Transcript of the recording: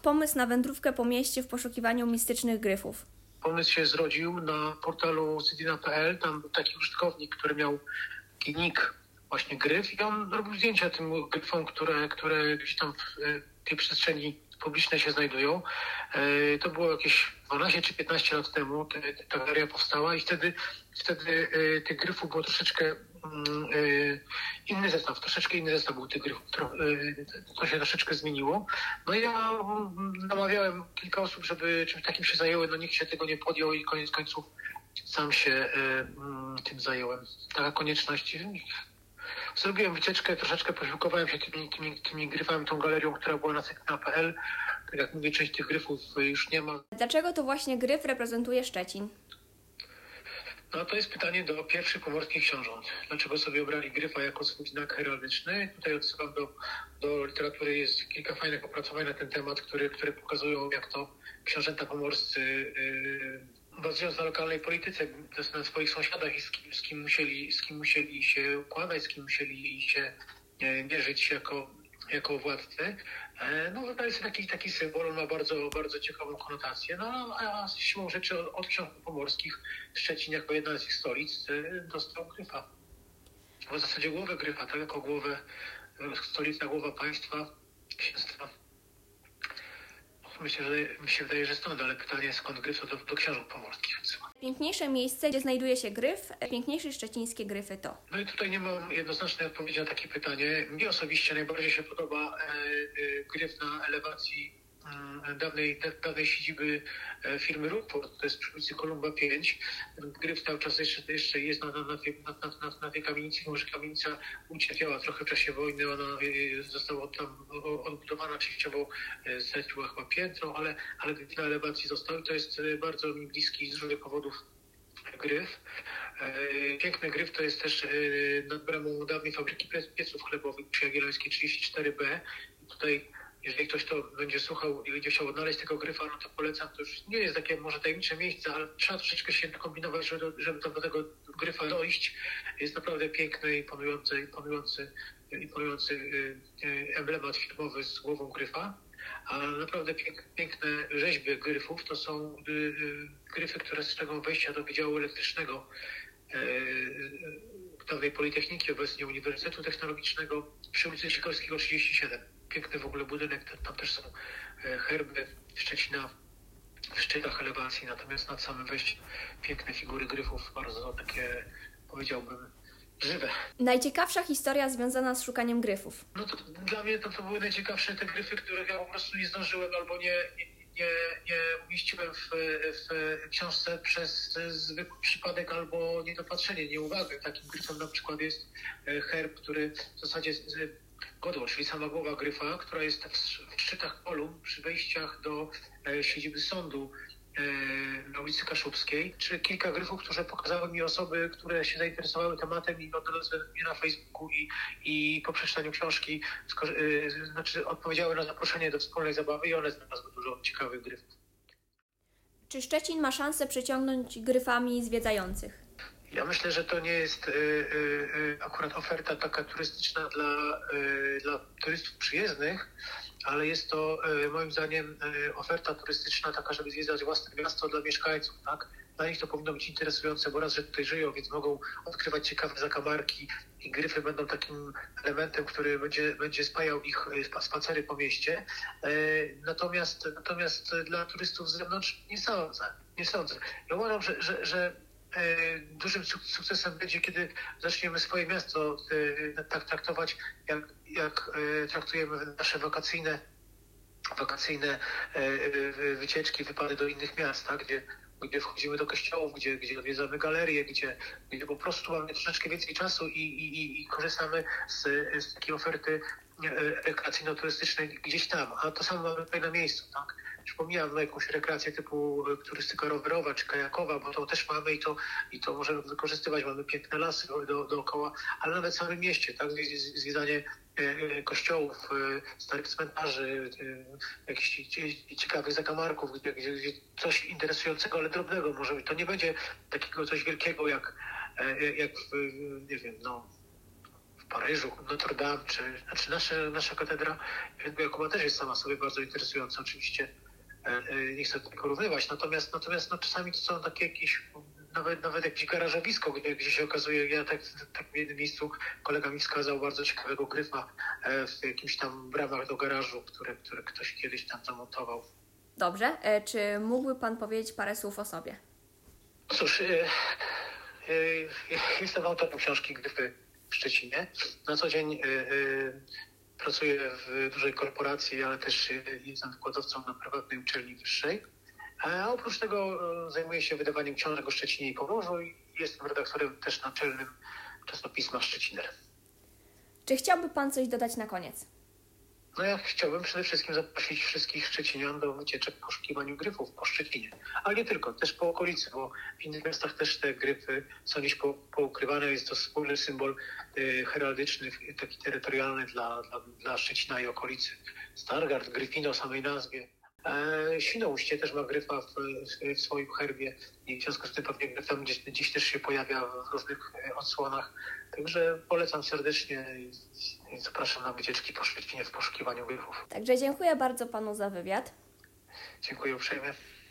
pomysł na wędrówkę po mieście w poszukiwaniu mistycznych gryfów? Pomysł się zrodził na portalu cydina.pl. Tam był taki użytkownik, który miał taki nick, właśnie gryf, i on robił zdjęcia tym gryfom, które gdzieś tam w tej przestrzeni publicznej się znajdują. To było jakieś 12 czy 15 lat temu ta galeria powstała i wtedy tych gryfów było troszeczkę troszeczkę inny zestaw był tych gryfów. To się troszeczkę zmieniło. No i ja namawiałem kilka osób, żeby czymś takim się zajęły, no nikt się tego nie podjął i koniec końców sam się tym zająłem. Taka konieczność. Zrobiłem wycieczkę, troszeczkę posiłkowałem się tymi gryfami, tą galerią, która była na cydina.pl. Tak jak mówię, część tych gryfów już nie ma. Dlaczego to właśnie gryf reprezentuje Szczecin? No to jest pytanie do pierwszych pomorskich książąt. Dlaczego sobie obrali gryfa jako swój znak heraldyczny? Tutaj odsyłam do literatury. Jest kilka fajnych opracowań na ten temat, które pokazują, jak to książęta pomorscy bazując na lokalnej polityce, na swoich sąsiadach i z kim musieli się układać, z kim musieli się mierzyć jako władcy. No wydaje się taki symbol, on ma bardzo, bardzo ciekawą konotację. No a siłą rzeczy od książąt pomorskich Szczecin jako jedna z ich stolic dostał gryfa. W zasadzie głowę gryfa, tak jako głowę, stolica, głowa państwa, księstwa. Myślę, że mi się wydaje, że stąd, ale pytanie skąd gryf do książąt pomorskich odsyła. Piękniejsze miejsce, gdzie znajduje się gryf, piękniejsze szczecińskie gryfy to? No i tutaj nie mam jednoznacznej odpowiedzi na takie pytanie. Mnie osobiście najbardziej się podoba gryf na elewacji dawnej siedziby firmy Rookport, to jest przy ulicy Kolumba 5. Gryf cały czas jeszcze jest na tej kamienicy, może kamienica ucierpiała trochę w czasie wojny, ona została tam odbudowana częściowo, straciła chyba piętro, ale gryf na elewacji został i to jest bardzo mi bliski z różnych powodów gryf. Piękny gryf to jest też nad bramą dawnej fabryki pieców chlebowych przy Jagiellońskiej 34B. I tutaj, jeżeli ktoś to będzie słuchał i będzie chciał odnaleźć tego gryfa, no to polecam. To już nie jest takie może tajemnicze miejsce, ale trzeba troszeczkę się nakombinować, żeby do tego gryfa dojść. Jest naprawdę piękny i panujący emblemat firmowy z głową gryfa. A naprawdę piękne rzeźby gryfów to są gryfy, które strzegą wejścia do Wydziału Elektrycznego dawnej Politechniki, obecnie Uniwersytetu Technologicznego przy ulicy Sikorskiego 37. Piękny w ogóle budynek, tam też są herby Szczecina w szczytach elewacji, natomiast nad samym wejściem piękne figury gryfów, bardzo takie, powiedziałbym, żywe. Najciekawsza historia związana z szukaniem gryfów? No to dla mnie to były najciekawsze te gryfy, których ja po prostu nie zdążyłem albo nie umieściłem w książce przez zwykły przypadek albo niedopatrzenie, nieuwagę. Takim gryfem na przykład jest herb, który w zasadzie godło, czyli sama głowa gryfa, która jest w szczytach kolumn przy wejściach do siedziby sądu na ulicy Kaszubskiej, czy kilka gryfów, które pokazały mi osoby, które się zainteresowały tematem i odnalazły mnie na Facebooku i po przeczytaniu książki odpowiedziały na zaproszenie do wspólnej zabawy i one znalazły dużo ciekawych gryfów. Czy Szczecin ma szansę przyciągnąć gryfami zwiedzających? Ja myślę, że to nie jest akurat oferta taka turystyczna dla turystów przyjezdnych, ale jest to moim zdaniem oferta turystyczna taka, żeby zwiedzać własne miasto dla mieszkańców, tak? Dla nich to powinno być interesujące, bo raz, że tutaj żyją, więc mogą odkrywać ciekawe zakamarki i gryfy będą takim elementem, który będzie spajał ich spacery po mieście. Natomiast dla turystów z zewnątrz nie sądzę. Ja uważam, że dużym sukcesem będzie, kiedy zaczniemy swoje miasto tak traktować, jak traktujemy nasze wakacyjne wycieczki, wypady do innych miast, tak? Gdzie wchodzimy do kościołów, gdzie odwiedzamy galerie, gdzie po prostu mamy troszeczkę więcej czasu i korzystamy z takiej oferty rekreacyjno-turystycznej gdzieś tam, a to samo mamy tutaj na miejscu, tak? Już pomijam jakąś rekreację typu turystyka rowerowa czy kajakowa, bo to też mamy i to możemy wykorzystywać. Mamy piękne lasy dookoła, ale nawet w samym mieście, tak? Zwiedzanie kościołów, starych cmentarzy, jakichś ciekawych zakamarków, gdzie coś interesującego, ale drobnego może być. To nie będzie takiego coś wielkiego jak nie wiem, w Paryżu, Notre Dame, znaczy nasza katedra świętego Jakuba też jest sama sobie bardzo interesująca. Oczywiście nie chcę tutaj porównywać, natomiast no, czasami to są takie jakieś, nawet jakieś garażowisko, gdzie się okazuje, ja tak w jednym miejscu kolega mi wskazał bardzo ciekawego gryfa w jakimś tam bramach do garażu, które ktoś kiedyś tam zamontował. Dobrze. Czy mógłby Pan powiedzieć parę słów o sobie? No cóż, jestem autorem książki Gryfy w Szczecinie. Na co dzień pracuję w dużej korporacji, ale też jestem wykładowcą na prywatnej uczelni wyższej. A oprócz tego zajmuję się wydawaniem książek o Szczecinie i Pomorzu i jestem redaktorem też naczelnym czasopisma Szczeciner. Czy chciałby Pan coś dodać na koniec? No ja chciałbym przede wszystkim zaprosić wszystkich Szczecinian do wycieczek w poszukiwaniu gryfów po Szczecinie. Ale nie tylko, też po okolicy, bo w innych miastach też te gryfy są gdzieś poukrywane. Jest to wspólny symbol heraldyczny, taki terytorialny dla Szczecina i okolicy. Stargard, Gryfino o samej nazwie. Świnoujście też ma gryfa w swoim herbie i w związku z tym pewnie gryf tam gdzieś też się pojawia w różnych odsłonach. Także polecam serdecznie i zapraszam na wycieczki po Szczecinie w poszukiwaniu gryfów. Także dziękuję bardzo Panu za wywiad. Dziękuję uprzejmie.